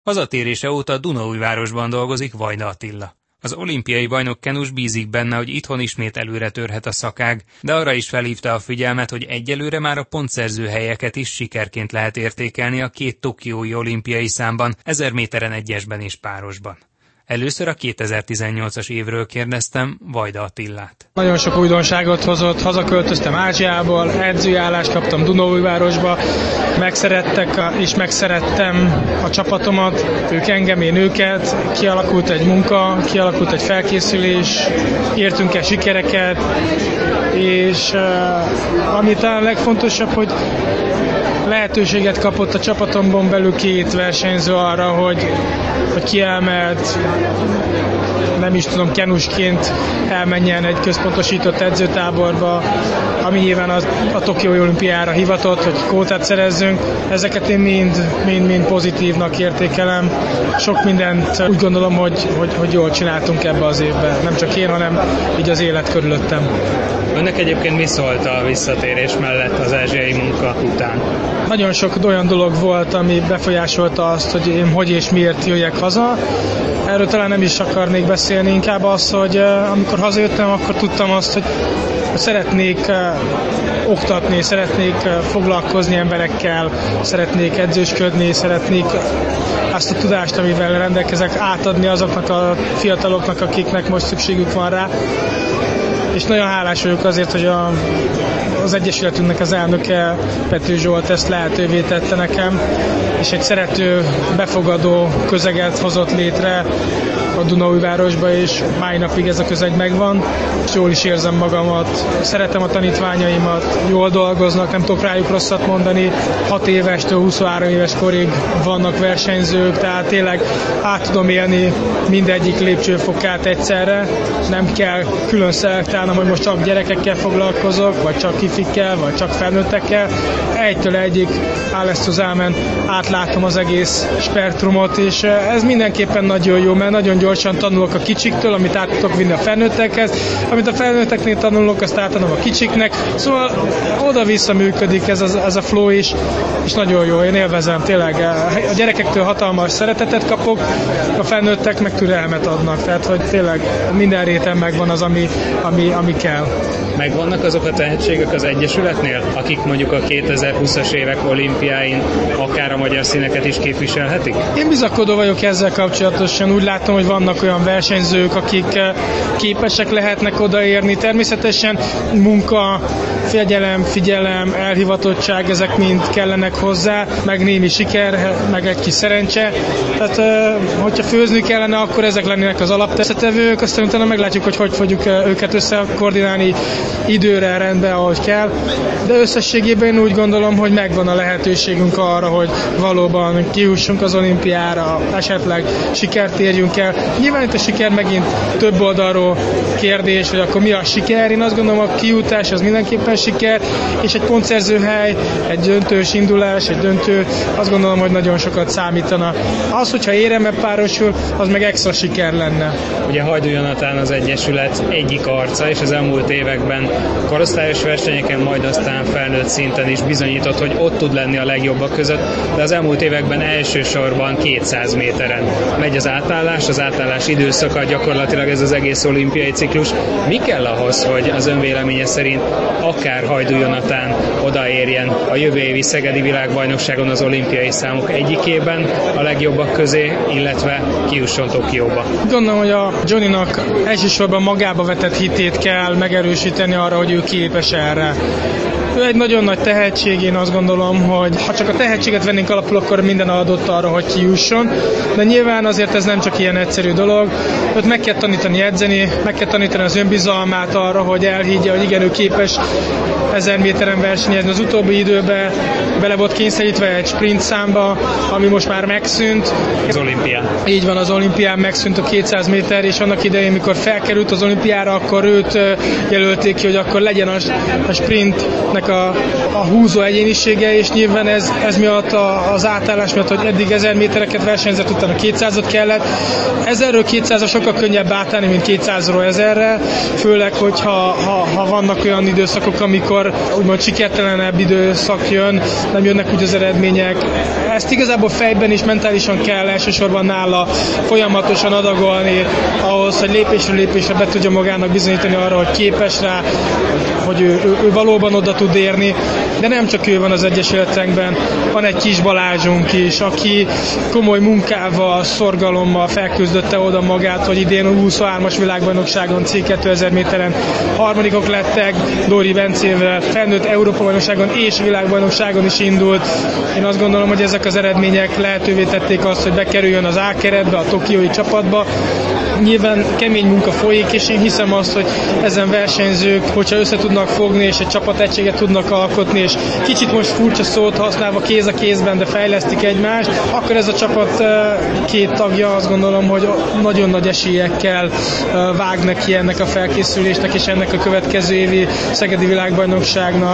Hazatérése óta Dunaújvárosban dolgozik Vajda Attila. Az olimpiai bajnok kenus bízik benne, hogy itthon ismét előre törhet a szakág, de arra is felhívta a figyelmet, hogy egyelőre már a pontszerző helyeket is sikerként lehet értékelni a 2 tokiói olimpiai számban, 1000 méteren egyesben és párosban. Először a 2018-as évről kérdeztem Vajda Attilát. Nagyon sok újdonságot hozott, hazaköltöztem Ázsiából, edzőállást kaptam Dunaújvárosba, megszerettek és megszerettem a csapatomat, ők engem, én őket, kialakult egy munka, kialakult egy felkészülés, értünk el sikereket, és ami talán legfontosabb, hogy lehetőséget kapott a csapatomban belül 2 versenyző arra, hogy kiemelt, nem is tudom, kenusként elmenjen egy központosított edzőtáborba, ami nyilván a Tokiói olimpiára hivatott, hogy kvótát szerezzünk. Ezeket én mind pozitívnak értékelem. Sok mindent úgy gondolom, hogy jól csináltunk ebbe az évben. Nem csak én, hanem így az élet körülöttem. Önnek egyébként mi szólt a visszatérés mellett az ázsiai munka után? Nagyon sok olyan dolog volt, ami befolyásolta azt, hogy én hogy és miért jöjjek haza. Erről talán nem is akarnék beszélni, inkább az, hogy amikor hazajöttem, akkor tudtam azt, hogy szeretnék oktatni, szeretnék foglalkozni emberekkel, szeretnék edzősködni, szeretnék azt a tudást, amivel rendelkezek, átadni azoknak a fiataloknak, akiknek most szükségük van rá. És nagyon hálás vagyok azért, hogy az Egyesületünknek az elnöke, Pető Zsolt ezt lehetővé tette nekem, és egy szerető, befogadó közeget hozott létre a Dunaújvárosba, és mai napig ez a közeg megvan, és jól is érzem magamat. Szeretem a tanítványaimat, jól dolgoznak, nem tudok rájuk rosszat mondani. 6 évestől 23 éves korig vannak versenyzők, tehát tényleg át tudom élni mindegyik lépcsőfokát egyszerre. Nem kell külön szelektálnom, hogy most csak gyerekekkel foglalkozok, vagy csak kifikkel, vagy csak felnőttekkel. Egytől egyik, áll átlátom az egész spektrumot, és ez mindenképpen nagyon jó, mert nagyon gyorsan tanulok a kicsiktől, amit át tudok vinni a felnőttekhez, amit a felnőtteknél tanulok, azt átadom a kicsiknek, szóval oda-vissza működik ez a flow is, és nagyon jó, én élvezem, tényleg. A gyerekektől hatalmas szeretetet kapok, a felnőttek meg türelmet adnak, tehát hogy tényleg minden réten megvan az, ami kell. Megvannak azok a tehetségek az Egyesületnél, akik mondjuk a 2020-as évek olimpiáin akár a magyar színeket is képviselhetik? Én bizakodó vagyok ezzel kapcsolatosan, úgy látom, hogy vannak olyan versenyzők, akik képesek lehetnek odaérni. Természetesen munka, figyelem, elhivatottság, ezek mind kellenek hozzá, meg némi siker, meg egy kis szerencse. Tehát, hogyha főzni kellene, akkor ezek lennének az alaptevők, aztán utána meglátjuk, hogy fogjuk őket összekoordinálni időre, rendbe, ahogy kell. De összességében én úgy gondolom, hogy megvan a lehetőségünk arra, hogy valóban kijussunk az olimpiára, esetleg sikert érjünk el. Nyilván itt a siker megint több oldalról kérdés, hogy akkor mi a siker. Én azt gondolom, a kijutás az mindenképpen siker, és egy pontszerző hely, egy döntős indulás, egy döntő, azt gondolom, hogy nagyon sokat számítana. Az, hogyha éremmel párosul, az meg extra siker lenne. Ugye Hajdú Jonatán az Egyesület egyik arca, és az elmúlt években korosztályos versenyeken, majd aztán felnőtt szinten is bizonyított, hogy ott tud lenni a legjobbak között, de az elmúlt években elsősorban 200 méteren megy az átállás időszaka, gyakorlatilag ez az egész olimpiai ciklus. Mi kell ahhoz, hogy az ön véleménye szerint akár Hajdú Jonatán odaérjen a jövő évi szegedi világbajnokságon az olimpiai számok egyikében a legjobbak közé, illetve kijusson Tokióba? Gondolom, hogy a Johnnynak elsősorban magába vetett hitét kell megerősíteni arra, hogy ő képes erre. Ő egy nagyon nagy tehetség, én azt gondolom, hogy ha csak a tehetséget vennénk alapul, akkor minden adott arra, hogy kijusson. De nyilván azért ez nem csak ilyen egyszerű dolog. Őt meg kell tanítani edzeni, meg kell tanítani az önbizalmát arra, hogy elhiggye, hogy igen, ő képes 1000 méteren versenyezni. Az utóbbi időben bele volt kényszerítve egy sprint számba, ami most már megszűnt. Az olimpián. Így van, az olimpián megszűnt a 200 méter, és annak idején, mikor felkerült az olimpiára, akkor őt jelölték ki, hogy akkor legyen a sprintnek Viktornak a húzó egyénisége, és nyilván ez miatt az átállás miatt, hogy eddig 1000 métereket versenyzett, utána 200-ot kellett. 1000-ről 200-ra sokkal könnyebb átállni, mint 200-ról 1000-re, főleg, hogyha vannak olyan időszakok, amikor úgymond sikertelenebb időszak jön, nem jönnek úgy az eredmények. Ezt igazából fejben és mentálisan kell elsősorban nála folyamatosan adagolni ahhoz, hogy lépésről lépésre be tudja magának bizonyítani arra, hogy képes rá, hogy ő valóban oda tud érni, de nem csak ő van az egyesületünkben, van egy kis Balázsunk is, aki komoly munkával, szorgalommal felküzdötte oda magát, hogy idén a 23-as világbajnokságon C2000 méteren harmadikok lettek, Dóri Bencével felnőtt Európa-bajnokságon és világbajnokságon is indult. Én azt gondolom, hogy ezek az eredmények lehetővé tették azt, hogy bekerüljön az A keretbe, a tokiói csapatba. Nyilván kemény munka folyik, és én hiszem azt, hogy ezen versenyzők, hogyha össze tudnak fogni, és egy csapategységet tudnak alkotni, és kicsit most furcsa szót használva kéz a kézben, de fejlesztik egymást, akkor ez a csapat két tagja, azt gondolom, hogy nagyon nagy esélyekkel vág neki ennek a felkészülésnek, és ennek a következő évi szegedi világbajnokságnak.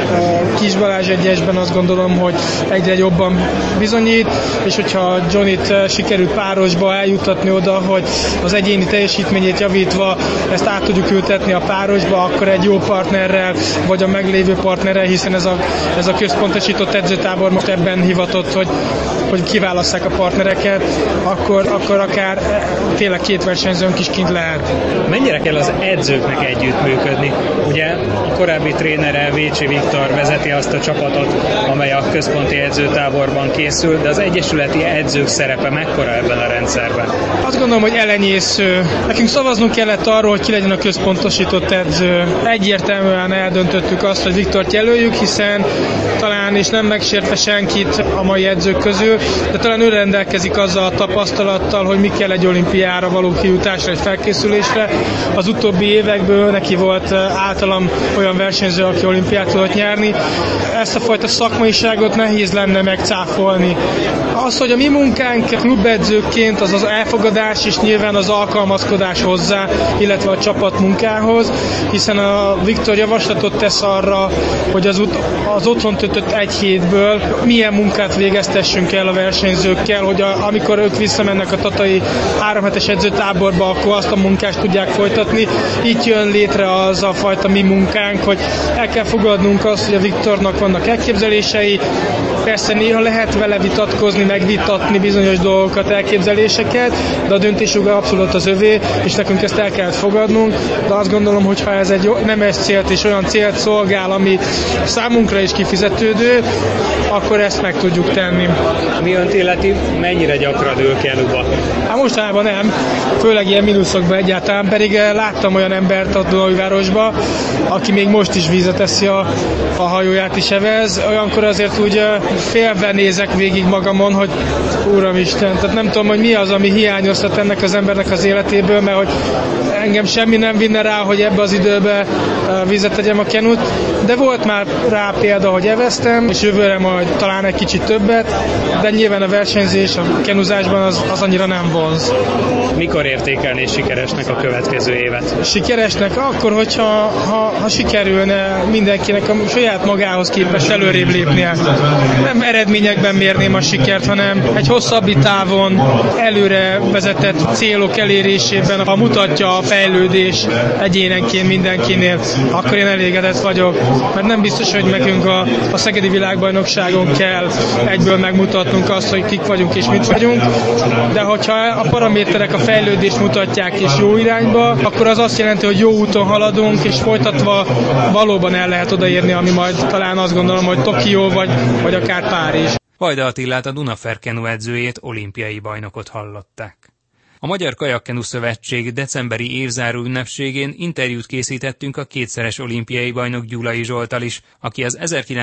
Kis Balázs egyesben azt gondolom, hogy egyre jobban bizonyít, és hogyha Johnnyt sikerül párosba eljutatni oda, hogy az egyéni teljesítményét javítva ezt át tudjuk ültetni a párosba, akkor egy jó partnerrel, vagy a meglévő partnerrel, hiszen ez a központosított edzőtábor most ebben hivatott, hogy kiválasszák a partnereket, akkor akár tényleg két versenyzőnk is kint lehet. Mennyire kell az edzőknek együttműködni? Ugye a korábbi trénere Vécsi Viktor vezeti azt a csapatot, amely a központi edzőtáborban készül, de az egyesületi edzők szerepe mekkora ebben a rendszerben? Azt gondolom, hogy elenyésző. Nekünk szavaznunk kellett arról, hogy ki legyen a központosított edző. Egyértelműen eldöntöttük azt, hogy Viktort jelöljük, hiszen talán, és nem megsértve senkit a mai edzők közül, de talán ő rendelkezik azzal a tapasztalattal, hogy mi kell egy olimpiára való kijutásra, egy felkészülésre. Az utóbbi évekből neki volt általam olyan versenyző, aki olimpiát tudott nyerni. Ezt a fajta szakmaiságot nehéz lenne megcáfolni. Az, hogy a mi munkánk klubedzőként az elfogadás és nyilván az alkalmazkodás hozzá, illetve a csapat munkához, hiszen a Viktor javaslatot tesz arra, hogy az otthon töltött egy hétből milyen munkát végeztessünk el a versenyzőkkel, hogy amikor ők visszamennek a tatai 3 hetes edzőtáborba, akkor azt a munkást tudják folytatni. Itt jön létre az a fajta mi munkánk, hogy el kell fogadnunk azt, hogy a Viktornak vannak elképzelései, persze néha lehet vele vitatkozni, megvitatni bizonyos dolgokat, elképzeléseket, de a döntésjoga abszolút az övé, és nekünk ezt el kellett fogadnunk, de azt gondolom, hogy ha ez egy nemes célt és olyan célt szolgál, ami számunkra is kifizetődő, akkor ezt meg tudjuk tenni. Mi önt illeti, mennyire gyakran ül Kenuba? Hát mostanában nem, főleg ilyen mínuszokban egyáltalán, pedig láttam olyan embert a Dunaújvárosba, aki még most is vízet eszi a hajóját is evez. Olyankor azért úgy félve nézek végig magamon, hogy Uramisten, tehát nem tudom, hogy mi az, ami hiányoztat ennek az embernek az életéből, mert hogy engem semmi nem vinne rá, hogy ebbe az időbe vizet tegyem a kenut, de volt már rá példa, hogy eveztem, és jövőre majd talán egy kicsit többet, de nyilván a versenyzés, a kenuzásban az annyira nem vonz. Mikor értékelni sikeresnek a következő évet? Sikeresnek akkor, hogyha sikerülne mindenkinek a saját magához képest előrébb lépnie. Nem eredményekben mérném a sikert, hanem egy hosszabbi távon előre vezetett célok elérésében, ha mutatja a fejlődés egyénenként mindenkinél, akkor én elégedett vagyok. Mert nem biztos, hogy nekünk a szegedi világbajnokságon kell egyből megmutatnunk azt, hogy kik vagyunk és mit vagyunk, de hogyha a paraméterek a fejlődést mutatják és jó irányba, akkor az azt jelenti, hogy jó úton haladunk, és folytatva valóban el lehet odaérni, ami majd talán azt gondolom, hogy Tokió vagy akár Párizs. Vajda Attilát, a Dunafer kenu edzőjét, olimpiai bajnokot hallották. A Magyar Kajakkenu Szövetség decemberi évzáró ünnepségén interjút készítettünk a kétszeres olimpiai bajnok Gyulai Zsolttal is, aki az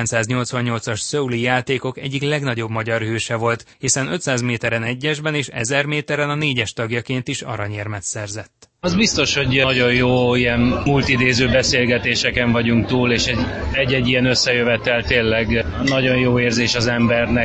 1988-as szöuli játékok egyik legnagyobb magyar hőse volt, hiszen 500 méteren egyesben és 1000 méteren a 4-es tagjaként is aranyérmet szerzett. Az biztos, hogy nagyon jó ilyen multidéző beszélgetéseken vagyunk túl, és egy ilyen összejövetel tényleg nagyon jó érzés az embernek,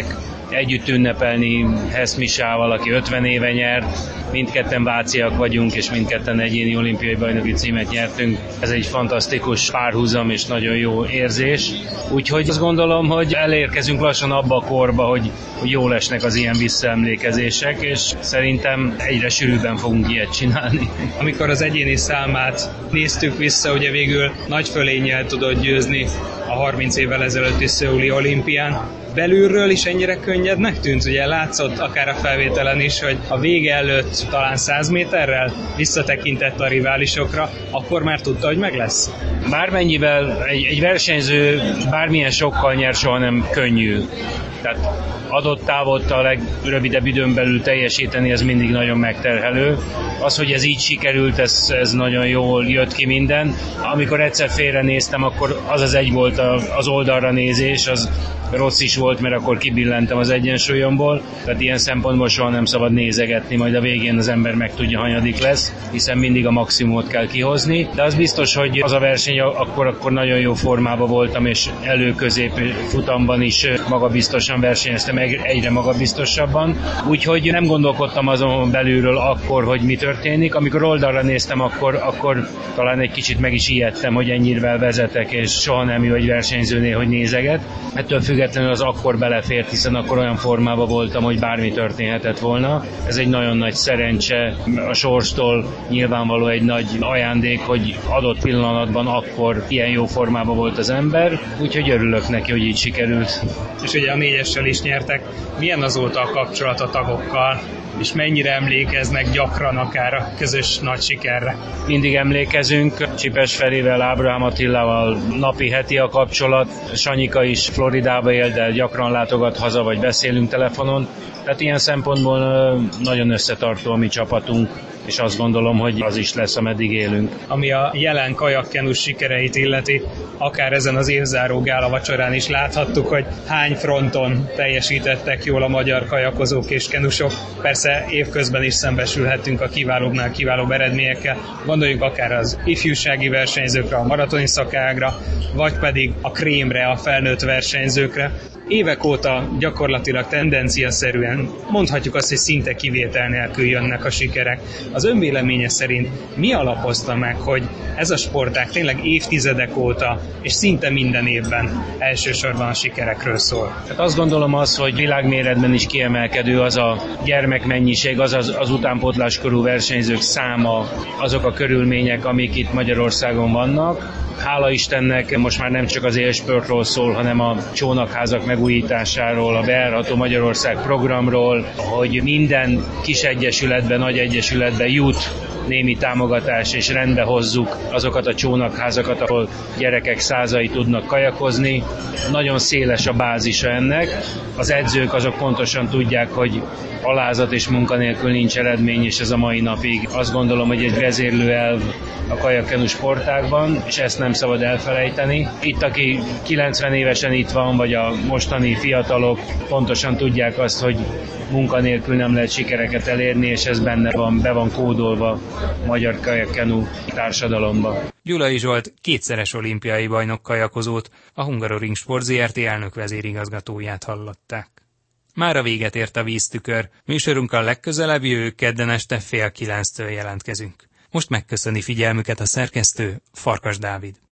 együtt ünnepelni Heszmisával, aki 50 éve nyert. Mindketten váciak vagyunk, és mindketten egyéni olimpiai bajnoki címet nyertünk. Ez egy fantasztikus párhuzam és nagyon jó érzés. Úgyhogy azt gondolom, hogy elérkezünk lassan abba a korba, hogy jól esnek az ilyen visszaemlékezések, és szerintem egyre sűrűbben fogunk ilyet csinálni. Amikor az egyéni számát néztük vissza, ugye végül nagy fölénnyel tudott győzni a 30 évvel ezelőtti szöuli olimpián. Belülről is ennyire könnyednek tűnt? Ugye látszott akár a felvételen is, hogy a vége előtt talán 100 méterrel visszatekintett a riválisokra, akkor már tudta, hogy meg lesz? Bármennyivel egy versenyző bármilyen sokkal nyer, soha nem könnyű. Tehát adott távot a legrövidebb időn belül teljesíteni, ez mindig nagyon megterhelő. Az, hogy ez így sikerült, ez nagyon jól jött ki minden. Amikor egyszer félrenéztem, akkor az egy volt az oldalra nézés, az rossz is volt, mert akkor kibillentem az egyensúlyomból. Tehát ilyen szempontból soha nem szabad nézegetni, majd a végén az ember meg tudja, hanyadik lesz, hiszen mindig a maximumot kell kihozni. De az biztos, hogy az a verseny akkor nagyon jó formában voltam, és elő-közép futamban is magabiztosan versenyeztem, egyre magabiztosabban. Úgyhogy nem gondolkodtam azon belülről akkor, hogy mi történik. Amikor oldalra néztem, akkor talán egy kicsit meg is ijedtem, hogy ennyire vezetek, és soha nem jó egy versenyzőnél, hogy nézeget. Ettől függetlenül az akkor belefért, hiszen akkor olyan formában voltam, hogy bármi történhetett volna. Ez egy nagyon nagy szerencse, a sorstól nyilvánvaló egy nagy ajándék, hogy adott pillanatban akkor ilyen jó formában volt az ember, úgyhogy örülök neki, hogy így sikerült. És ugye a 4-essel is nyertek. Milyen azóta a kapcsolat a tagokkal? És mennyire emlékeznek gyakran akár a közös nagy sikerre? Mindig emlékezünk, Csipes Ferivel, Ábrahám Attilával napi, heti a kapcsolat, Sanyika is Floridába él, de gyakran látogat haza, vagy beszélünk telefonon. Tehát ilyen szempontból nagyon összetartó a mi csapatunk, és azt gondolom, hogy az is lesz, ameddig élünk. Ami a jelen kajakkenus sikereit illeti, akár ezen az évzáró gála vacsorán is láthattuk, hogy hány fronton teljesítettek jól a magyar kajakozók és kenusok. Persze évközben is szembesülhettünk a kiválóbbnál kiválóbb eredményekkel. Gondoljunk akár az ifjúsági versenyzőkre, a maratoni szakágra, vagy pedig a krémre, a felnőtt versenyzőkre. Évek óta gyakorlatilag tendenciaszerűen mondhatjuk azt, hogy szinte kivétel nélkül jönnek a sikerek. Az önvéleménye szerint mi alapozta meg, hogy ez a sportág tényleg évtizedek óta, és szinte minden évben elsősorban a sikerekről szól? Hát azt gondolom hogy világméretben is kiemelkedő az a gyermekmennyiség, az utánpótláskorú versenyzők száma, azok a körülmények, amik itt Magyarországon vannak. Hála Istennek most már nem csak az élsportról szól, hanem a csónakházak megújításáról, a Beárható Magyarország programról, hogy minden kis egyesületben, nagy egyesületben jut némi támogatás, és rendbe hozzuk azokat a csónakházakat, ahol gyerekek százai tudnak kajakozni. Nagyon széles a bázisa ennek. Az edzők azok pontosan tudják, hogy alázat és munkanélkül nincs eredmény, és ez a mai napig azt gondolom, hogy egy vezérlő elv a kajakkenu sportágban, és ezt nem szabad elfelejteni. Itt, aki 90 évesen itt van, vagy a mostani fiatalok pontosan tudják azt, hogy munkanélkül nem lehet sikereket elérni, és ez benne van, be van kódolva a magyar kajakkenu társadalomba. Gyulai Zsolt kétszeres olimpiai bajnok kajakozót, a Hungaroring Sport Zrt. Elnök vezérigazgatóját hallották. Mára véget ért a Víztükör. Műsorunkkal legközelebb jövő kedden este 8:30 jelentkezünk. Most megköszöni figyelmüket a szerkesztő, Farkas Dávid.